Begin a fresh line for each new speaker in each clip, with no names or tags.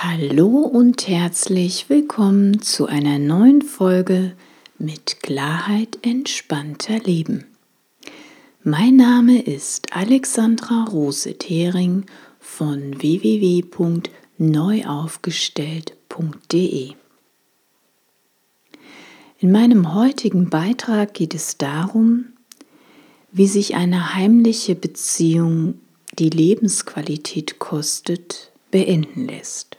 Hallo und herzlich willkommen zu einer neuen Folge mit Klarheit entspannter Leben. Mein Name ist Alexandra Rose-Thering von www.neuaufgestellt.de. In meinem heutigen Beitrag geht es darum, wie sich eine heimliche Beziehung, die Lebensqualität kostet, beenden lässt.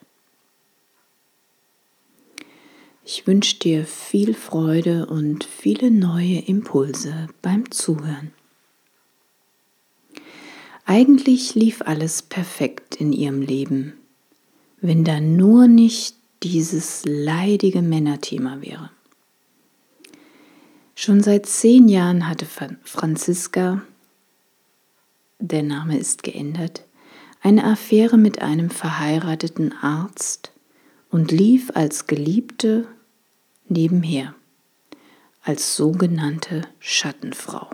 Ich wünsche dir viel Freude und viele neue Impulse beim Zuhören. Eigentlich lief alles perfekt in ihrem Leben, wenn da nur nicht dieses leidige Männerthema wäre. Schon seit 10 Jahren hatte Franziska, der Name ist geändert, eine Affäre mit einem verheirateten Arzt und lief als Geliebte nebenher, als sogenannte Schattenfrau.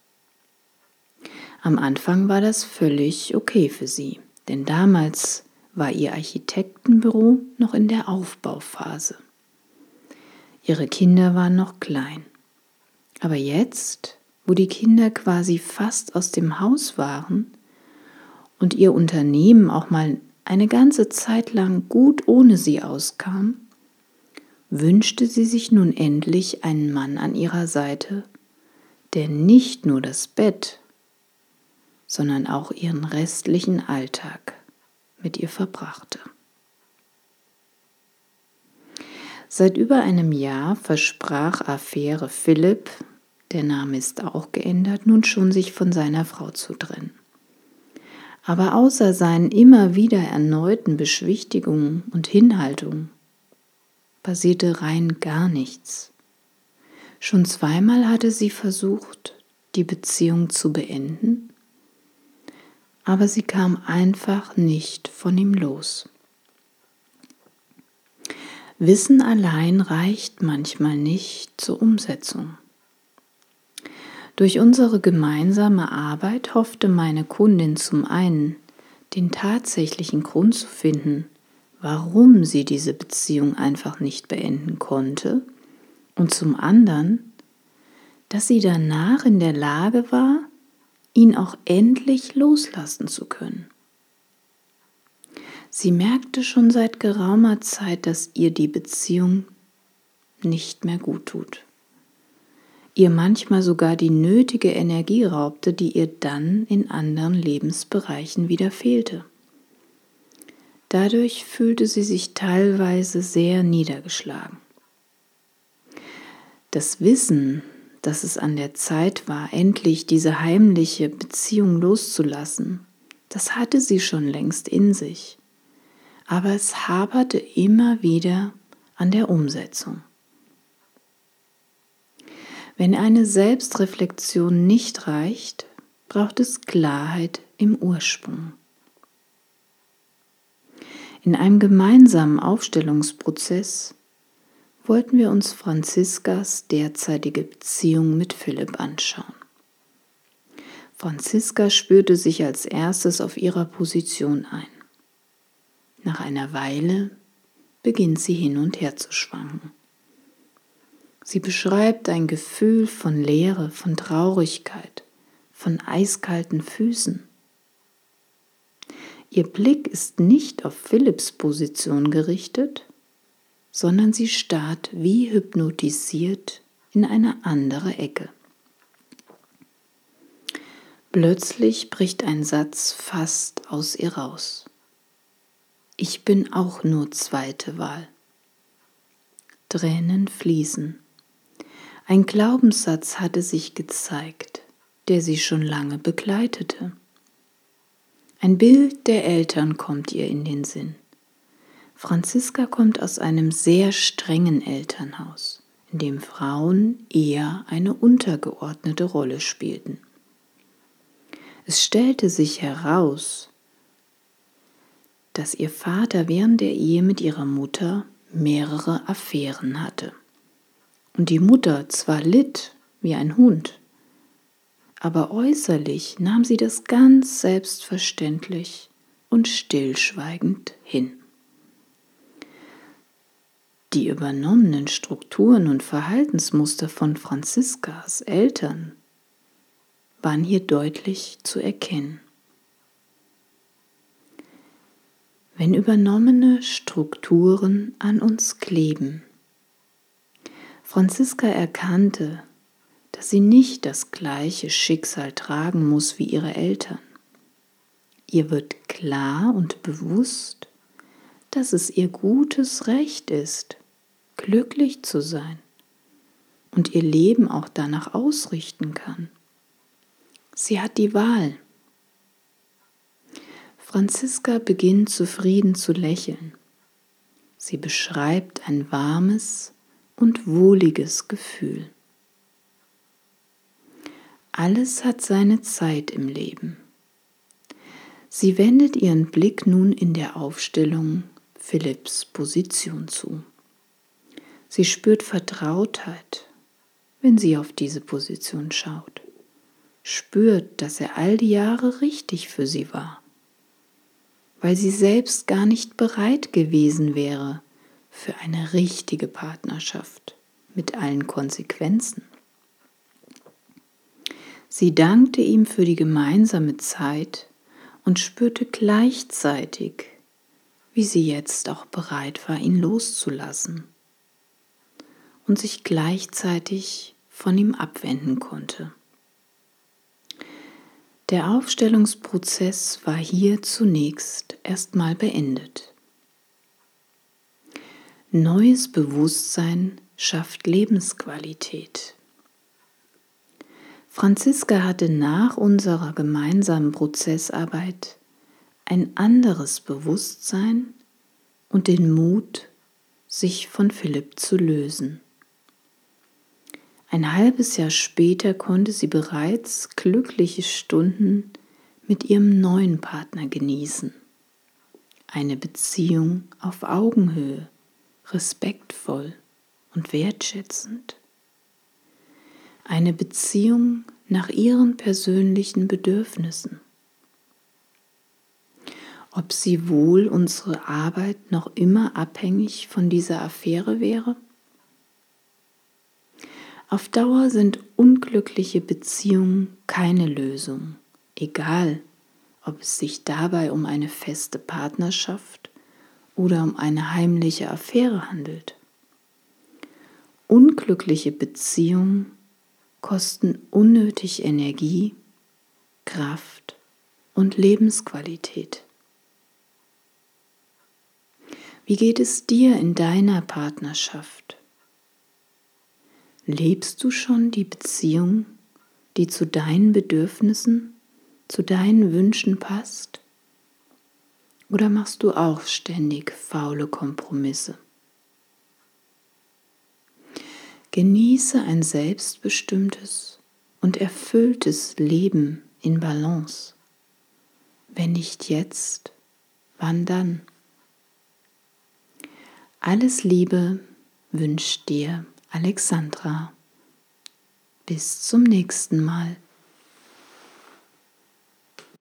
Am Anfang war das völlig okay für sie, denn damals war ihr Architektenbüro noch in der Aufbauphase. Ihre Kinder waren noch klein. Aber jetzt, wo die Kinder quasi fast aus dem Haus waren und ihr Unternehmen auch mal eine ganze Zeit lang gut ohne sie auskam, wünschte sie sich nun endlich einen Mann an ihrer Seite, der nicht nur das Bett, sondern auch ihren restlichen Alltag mit ihr verbrachte. Seit über einem Jahr versprach Affäre Philipp, der Name ist auch geändert, nun schon sich von seiner Frau zu trennen. Aber außer seinen immer wieder erneuten Beschwichtigungen und Hinhaltungen passierte rein gar nichts. Schon zweimal hatte sie versucht, die Beziehung zu beenden, aber sie kam einfach nicht von ihm los. Wissen allein reicht manchmal nicht zur Umsetzung. Durch unsere gemeinsame Arbeit hoffte meine Kundin zum einen, den tatsächlichen Grund zu finden, warum sie diese Beziehung einfach nicht beenden konnte, und zum anderen, dass sie danach in der Lage war, ihn auch endlich loslassen zu können. Sie merkte schon seit geraumer Zeit, dass ihr die Beziehung nicht mehr gut tut. Ihr manchmal sogar die nötige Energie raubte, die ihr dann in anderen Lebensbereichen wieder fehlte. Dadurch fühlte sie sich teilweise sehr niedergeschlagen. Das Wissen, dass es an der Zeit war, endlich diese heimliche Beziehung loszulassen, das hatte sie schon längst in sich. Aber es haperte immer wieder an der Umsetzung. Wenn eine Selbstreflexion nicht reicht, braucht es Klarheit im Ursprung. In einem gemeinsamen Aufstellungsprozess wollten wir uns Franziskas derzeitige Beziehung mit Philipp anschauen. Franziska spürte sich als erstes auf ihrer Position ein. Nach einer Weile beginnt sie hin und her zu schwanken. Sie beschreibt ein Gefühl von Leere, von Traurigkeit, von eiskalten Füßen. Ihr Blick ist nicht auf Philipps Position gerichtet, sondern sie starrt wie hypnotisiert in eine andere Ecke. Plötzlich bricht ein Satz fast aus ihr raus. Ich bin auch nur zweite Wahl. Tränen fließen. Ein Glaubenssatz hatte sich gezeigt, der sie schon lange begleitete. Ein Bild der Eltern kommt ihr in den Sinn. Franziska kommt aus einem sehr strengen Elternhaus, in dem Frauen eher eine untergeordnete Rolle spielten. Es stellte sich heraus, dass ihr Vater während der Ehe mit ihrer Mutter mehrere Affären hatte. Und die Mutter zwar litt wie ein Hund, aber äußerlich nahm sie das ganz selbstverständlich und stillschweigend hin. Die übernommenen Strukturen und Verhaltensmuster von Franziskas Eltern waren hier deutlich zu erkennen. Wenn übernommene Strukturen an uns kleben. Franziska erkannte, dass sie nicht das gleiche Schicksal tragen muss wie ihre Eltern. Ihr wird klar und bewusst, dass es ihr gutes Recht ist, glücklich zu sein und ihr Leben auch danach ausrichten kann. Sie hat die Wahl. Franziska beginnt zufrieden zu lächeln. Sie beschreibt ein warmes und wohliges Gefühl. Alles hat seine Zeit im Leben. Sie wendet ihren Blick nun in der Aufstellung Philipps Position zu. Sie spürt Vertrautheit, wenn sie auf diese Position schaut. Spürt, dass er all die Jahre richtig für sie war, weil sie selbst gar nicht bereit gewesen wäre für eine richtige Partnerschaft mit allen Konsequenzen. Sie dankte ihm für die gemeinsame Zeit und spürte gleichzeitig, wie sie jetzt auch bereit war, ihn loszulassen und sich gleichzeitig von ihm abwenden konnte. Der Aufstellungsprozess war hier zunächst erstmal beendet. Neues Bewusstsein schafft Lebensqualität. Franziska hatte nach unserer gemeinsamen Prozessarbeit ein anderes Bewusstsein und den Mut, sich von Philipp zu lösen. Ein halbes Jahr später konnte sie bereits glückliche Stunden mit ihrem neuen Partner genießen. Eine Beziehung auf Augenhöhe, respektvoll und wertschätzend. Eine Beziehung nach ihren persönlichen Bedürfnissen. Ob sie wohl unsere Arbeit noch immer abhängig von dieser Affäre wäre? Auf Dauer sind unglückliche Beziehungen keine Lösung, egal ob es sich dabei um eine feste Partnerschaft oder um eine heimliche Affäre handelt. Unglückliche Beziehungen kosten unnötig Energie, Kraft und Lebensqualität. Wie geht es dir in deiner Partnerschaft? Lebst du schon die Beziehung, die zu deinen Bedürfnissen, zu deinen Wünschen passt? Oder machst du auch ständig faule Kompromisse? Genieße ein selbstbestimmtes und erfülltes Leben in Balance. Wenn nicht jetzt, wann dann? Alles Liebe wünscht dir Alexandra. Bis zum nächsten Mal.